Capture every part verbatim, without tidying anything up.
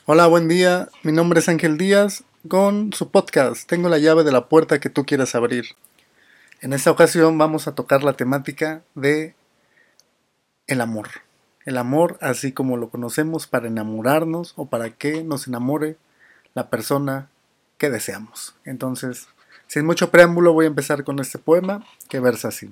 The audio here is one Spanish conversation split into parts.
Hola, buen día. Mi nombre es Ángel Díaz con su podcast. Tengo la llave de la puerta que tú quieras abrir. En esta ocasión vamos a tocar la temática de el amor. El amor así como lo conocemos para enamorarnos o para que nos enamore la persona que deseamos. Entonces, sin mucho preámbulo voy a empezar con este poema que versa así.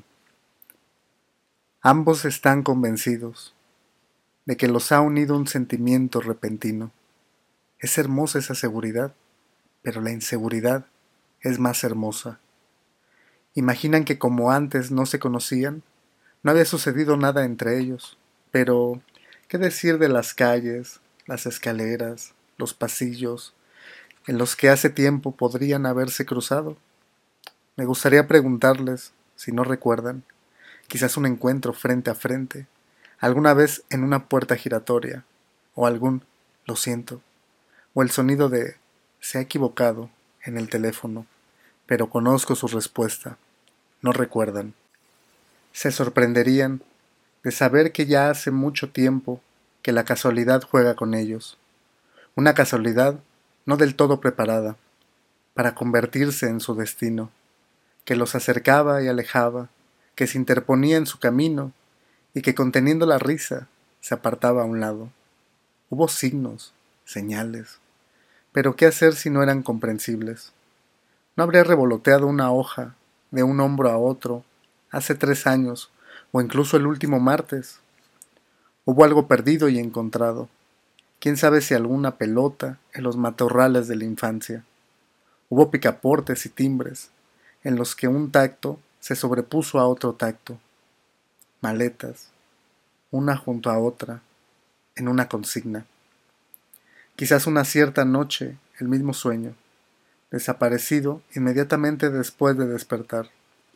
Ambos están convencidos de que los ha unido un sentimiento repentino. Es hermosa esa seguridad, pero la inseguridad es más hermosa. Imaginan que como antes no se conocían, no había sucedido nada entre ellos, pero ¿qué decir de las calles, las escaleras, los pasillos, en los que hace tiempo podrían haberse cruzado? Me gustaría preguntarles, si no recuerdan, quizás un encuentro frente a frente, alguna vez en una puerta giratoria, o algún lo siento, o el sonido de se ha equivocado en el teléfono, pero conozco su respuesta. No recuerdan. Se sorprenderían de saber que ya hace mucho tiempo que la casualidad juega con ellos. Una casualidad no del todo preparada para convertirse en su destino, que los acercaba y alejaba, que se interponía en su camino y que conteniendo la risa se apartaba a un lado. Hubo signos, señales, pero ¿qué hacer si no eran comprensibles? ¿No habría revoloteado una hoja de un hombro a otro hace tres años o incluso el último martes? Hubo algo perdido y encontrado. Quién sabe si alguna pelota en los matorrales de la infancia. Hubo picaportes y timbres en los que un tacto se sobrepuso a otro tacto. Maletas, una junto a otra, en una consigna. Quizás una cierta noche, el mismo sueño, desaparecido inmediatamente después de despertar.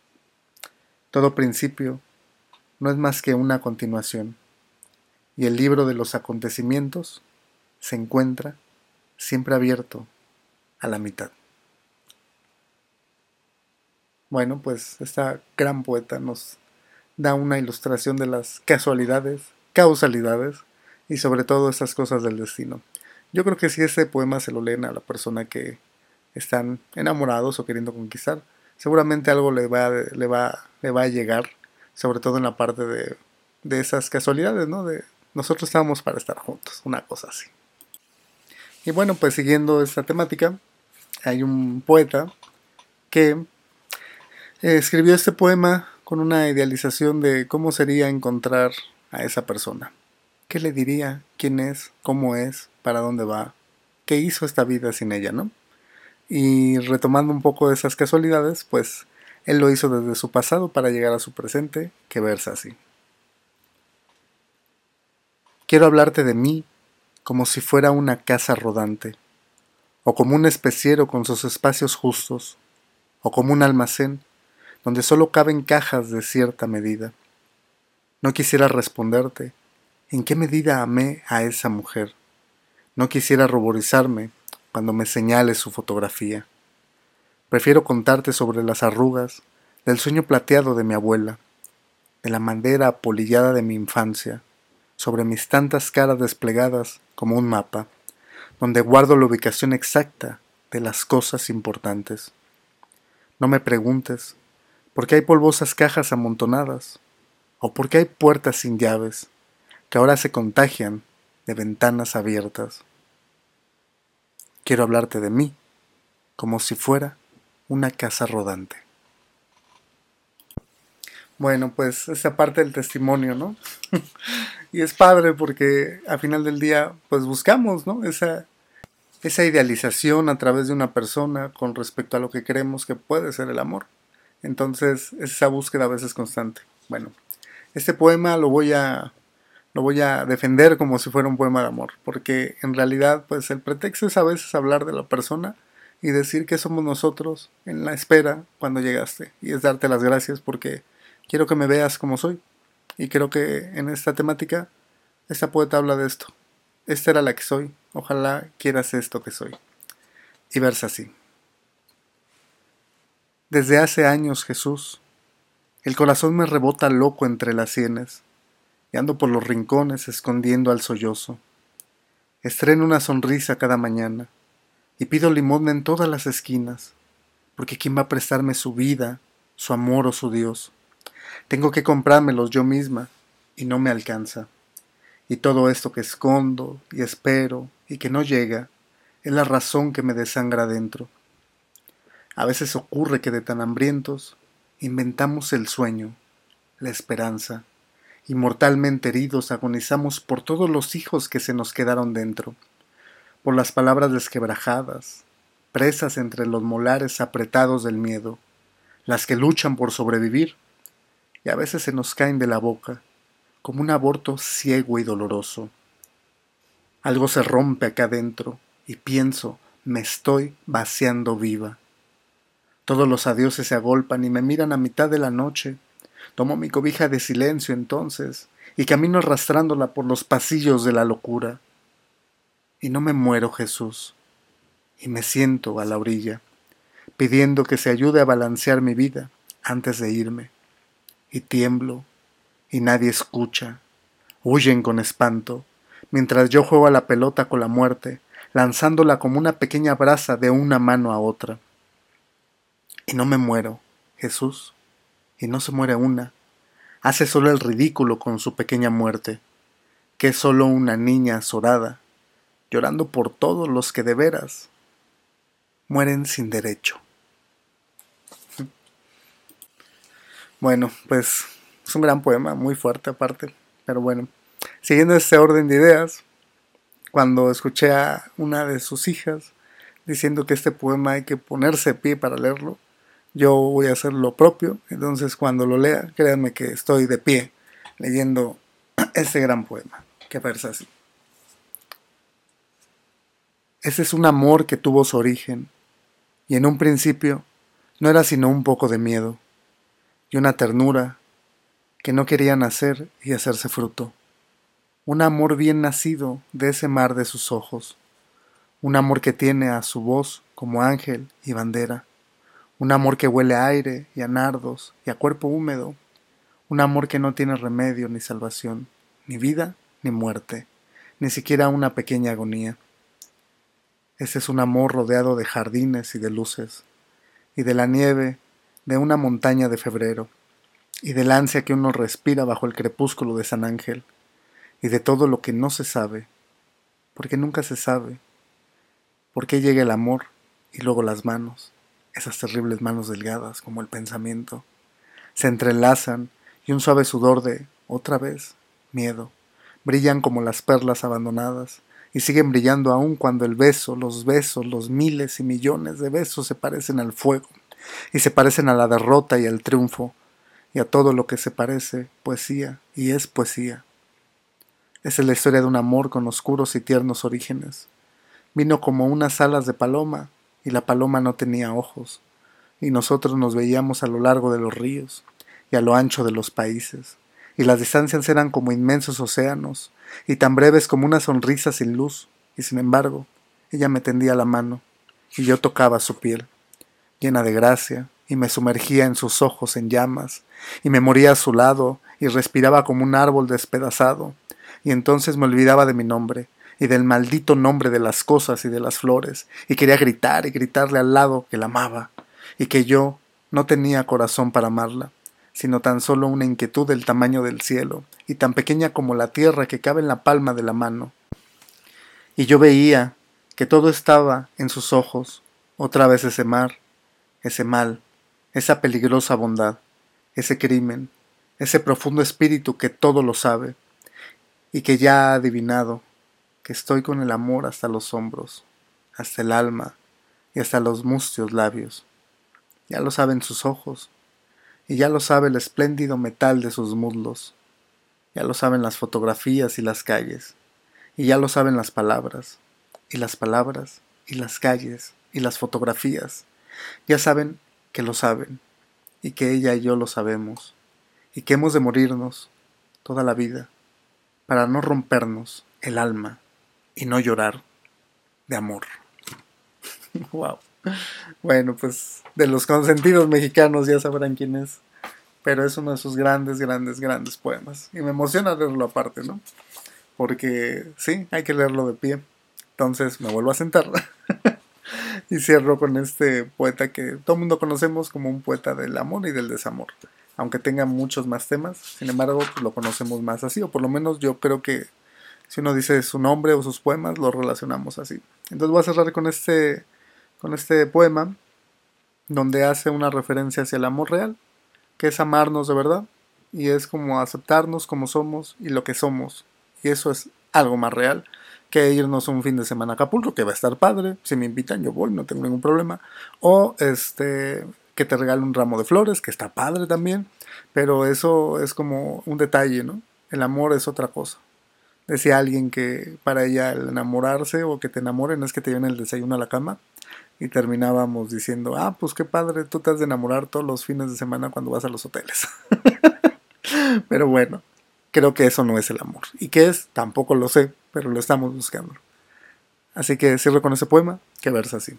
Todo principio no es más que una continuación, y el libro de los acontecimientos se encuentra siempre abierto a la mitad. Bueno, pues esta gran poeta nos da una ilustración de las casualidades, causalidades y sobre todo estas cosas del destino. Yo creo que si ese poema se lo leen a la persona que están enamorados o queriendo conquistar, seguramente algo le va, le va, le va a llegar, sobre todo en la parte de, de esas casualidades, ¿no? De nosotros estábamos para estar juntos, una cosa así. Y bueno, pues siguiendo esta temática, hay un poeta que eh, escribió este poema con una idealización de cómo sería encontrar a esa persona. ¿Qué le diría? ¿Quién es? ¿Cómo es? ¿Para dónde va? ¿Qué hizo esta vida sin ella, no? Y retomando un poco de esas casualidades, pues él lo hizo desde su pasado para llegar a su presente, que versa así. Quiero hablarte de mí como si fuera una casa rodante, o como un especiero con sus espacios justos, o como un almacén donde solo caben cajas de cierta medida. No quisiera responderte en qué medida amé a esa mujer. No quisiera ruborizarme cuando me señales su fotografía. Prefiero contarte sobre las arrugas del sueño plateado de mi abuela, de la madera apolillada de mi infancia, sobre mis tantas caras desplegadas como un mapa, donde guardo la ubicación exacta de las cosas importantes. No me preguntes por qué hay polvosas cajas amontonadas, o por qué hay puertas sin llaves, que ahora se contagian de ventanas abiertas. Quiero hablarte de mí, como si fuera una casa rodante. Bueno, pues esa parte del testimonio, ¿no? Y es padre porque al final del día, pues buscamos, ¿no? Esa, esa idealización a través de una persona con respecto a lo que creemos que puede ser el amor. Entonces, es esa búsqueda a veces constante. Bueno, este poema lo voy a lo voy a defender como si fuera un poema de amor, porque en realidad, pues el pretexto es a veces hablar de la persona y decir que somos nosotros en la espera cuando llegaste, y es darte las gracias porque quiero que me veas como soy. Y creo que en esta temática, esta poeta habla de esto. Esta era la que soy, ojalá quieras esto que soy. Y versa así. Desde hace años, Jesús, el corazón me rebota loco entre las sienes, y ando por los rincones escondiendo al sollozo. Estreno una sonrisa cada mañana y pido limosna en todas las esquinas, porque ¿quién va a prestarme su vida, su amor o su Dios? Tengo que comprármelos yo misma y no me alcanza. Y todo esto que escondo y espero y que no llega es la razón que me desangra dentro. A veces ocurre que de tan hambrientos inventamos el sueño, la esperanza, y mortalmente heridos agonizamos por todos los hijos que se nos quedaron dentro, por las palabras desquebrajadas, presas entre los molares apretados del miedo, las que luchan por sobrevivir, y a veces se nos caen de la boca, como un aborto ciego y doloroso. Algo se rompe acá dentro, y pienso, me estoy vaciando viva. Todos los adioses se agolpan y me miran a mitad de la noche. Tomo mi cobija de silencio entonces, y camino arrastrándola por los pasillos de la locura. Y no me muero, Jesús, y me siento a la orilla, pidiendo que se ayude a balancear mi vida antes de irme. Y tiemblo, y nadie escucha. Huyen con espanto, mientras yo juego a la pelota con la muerte, lanzándola como una pequeña brasa de una mano a otra. Y no me muero, Jesús, y no se muere una. Hace solo el ridículo con su pequeña muerte, que es solo una niña azorada, llorando por todos los que de veras mueren sin derecho. Bueno, pues es un gran poema, muy fuerte aparte, pero bueno, siguiendo este orden de ideas, cuando escuché a una de sus hijas diciendo que este poema hay que ponerse de pie para leerlo, yo voy a hacer lo propio, entonces cuando lo lea, créanme que estoy de pie leyendo este gran poema, que versa así. Ese es un amor que tuvo su origen, y en un principio no era sino un poco de miedo, y una ternura que no quería nacer y hacerse fruto. Un amor bien nacido de ese mar de sus ojos, un amor que tiene a su voz como ángel y bandera, un amor que huele a aire y a nardos y a cuerpo húmedo, un amor que no tiene remedio ni salvación, ni vida ni muerte, ni siquiera una pequeña agonía. Ese es un amor rodeado de jardines y de luces, y de la nieve de una montaña de febrero, y del ansia que uno respira bajo el crepúsculo de San Ángel, y de todo lo que no se sabe, porque nunca se sabe, por qué llega el amor y luego las manos, esas terribles manos delgadas como el pensamiento, se entrelazan y un suave sudor de, otra vez, miedo, brillan como las perlas abandonadas, y siguen brillando aún cuando el beso, los besos, los miles y millones de besos se parecen al fuego, y se parecen a la derrota y al triunfo, y a todo lo que se parece poesía, y es poesía. Esa es la historia de un amor con oscuros y tiernos orígenes. Vino como unas alas de paloma, y la paloma no tenía ojos, y nosotros nos veíamos a lo largo de los ríos, y a lo ancho de los países, y las distancias eran como inmensos océanos, y tan breves como una sonrisa sin luz, y sin embargo, ella me tendía la mano, y yo tocaba su piel, llena de gracia, y me sumergía en sus ojos en llamas, y me moría a su lado, y respiraba como un árbol despedazado, y entonces me olvidaba de mi nombre, y del maldito nombre de las cosas y de las flores, y quería gritar y gritarle al lado que la amaba, y que yo no tenía corazón para amarla, sino tan solo una inquietud del tamaño del cielo, y tan pequeña como la tierra que cabe en la palma de la mano. Y yo veía que todo estaba en sus ojos, otra vez ese mar, ese mal, esa peligrosa bondad, ese crimen, ese profundo espíritu que todo lo sabe, y que ya ha adivinado que estoy con el amor hasta los hombros, hasta el alma y hasta los mustios labios. Ya lo saben sus ojos, y ya lo sabe el espléndido metal de sus muslos, ya lo saben las fotografías y las calles, y ya lo saben las palabras, y las palabras, y las calles, y las fotografías, ya saben que lo saben, y que ella y yo lo sabemos, y que hemos de morirnos toda la vida, para no rompernos el alma y no llorar de amor. Wow. Bueno, pues de los consentidos mexicanos ya sabrán quién es, pero es uno de sus grandes, grandes, grandes poemas. Y me emociona leerlo aparte, ¿no? Porque sí, hay que leerlo de pie. Entonces me vuelvo a sentar y cierro con este poeta que todo el mundo conocemos como un poeta del amor y del desamor. Aunque tenga muchos más temas, sin embargo, pues lo conocemos más así, o por lo menos yo creo que si uno dice su nombre o sus poemas, lo relacionamos así. Entonces voy a cerrar con este, con este poema, donde hace una referencia hacia el amor real, que es amarnos de verdad, y es como aceptarnos como somos y lo que somos. Y eso es algo más real que irnos un fin de semana a Acapulco, que va a estar padre. Si me invitan, yo voy, no tengo ningún problema. O este que te regale un ramo de flores, que está padre también. Pero eso es como un detalle, ¿no? El amor es otra cosa. Decía alguien que para ella el enamorarse o que te enamoren es que te lleven el desayuno a la cama. Y terminábamos diciendo, ah, pues qué padre, tú te has de enamorar todos los fines de semana cuando vas a los hoteles. Pero bueno, creo que eso no es el amor. ¿Y qué es? Tampoco lo sé, pero lo estamos buscando. Así que cierro con ese poema que versa así.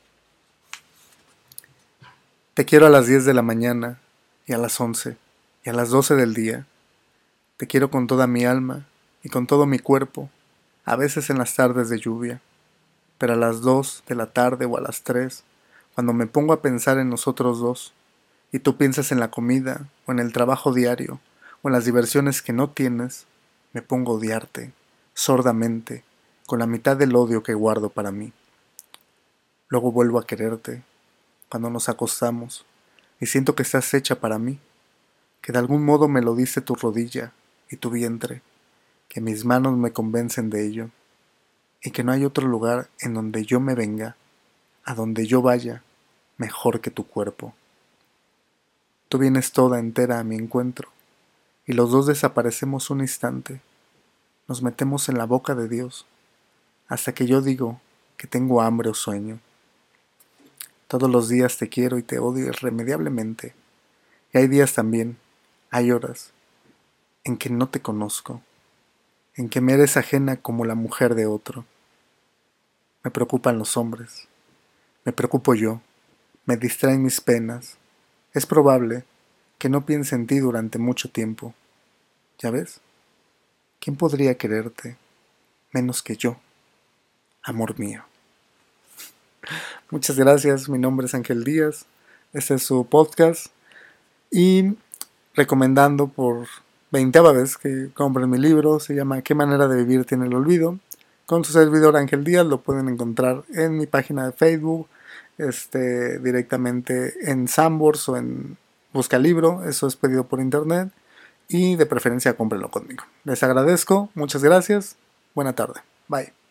Te quiero a las diez de la mañana y a las once y a las doce del día. Te quiero con toda mi alma y con todo mi cuerpo, a veces en las tardes de lluvia, pero a las dos de la tarde o a las tres, cuando me pongo a pensar en nosotros dos, y tú piensas en la comida o en el trabajo diario o en las diversiones que no tienes, me pongo a odiarte, sordamente, con la mitad del odio que guardo para mí. Luego vuelvo a quererte, cuando nos acostamos, y siento que estás hecha para mí, que de algún modo me lo dice tu rodilla y tu vientre, que mis manos me convencen de ello, y que no hay otro lugar en donde yo me venga, a donde yo vaya, mejor que tu cuerpo. Tú vienes toda entera a mi encuentro, y los dos desaparecemos un instante, nos metemos en la boca de Dios, hasta que yo digo que tengo hambre o sueño. Todos los días te quiero y te odio irremediablemente, y hay días también, hay horas, en que no te conozco, en que me eres ajena como la mujer de otro. Me preocupan los hombres, me preocupo yo, me distraen mis penas. Es probable que no piense en ti durante mucho tiempo. ¿Ya ves? ¿Quién podría quererte menos que yo, amor mío? Muchas gracias, mi nombre es Ángel Díaz, este es su podcast y recomendando por veinteava vez que compren mi libro, se llama ¿Qué manera de vivir tiene el olvido? Con su servidor Ángel Díaz, lo pueden encontrar en mi página de Facebook, este, directamente en Sambors o en Buscalibro, eso es pedido por internet y de preferencia cómprenlo conmigo. Les agradezco, muchas gracias, buena tarde, bye.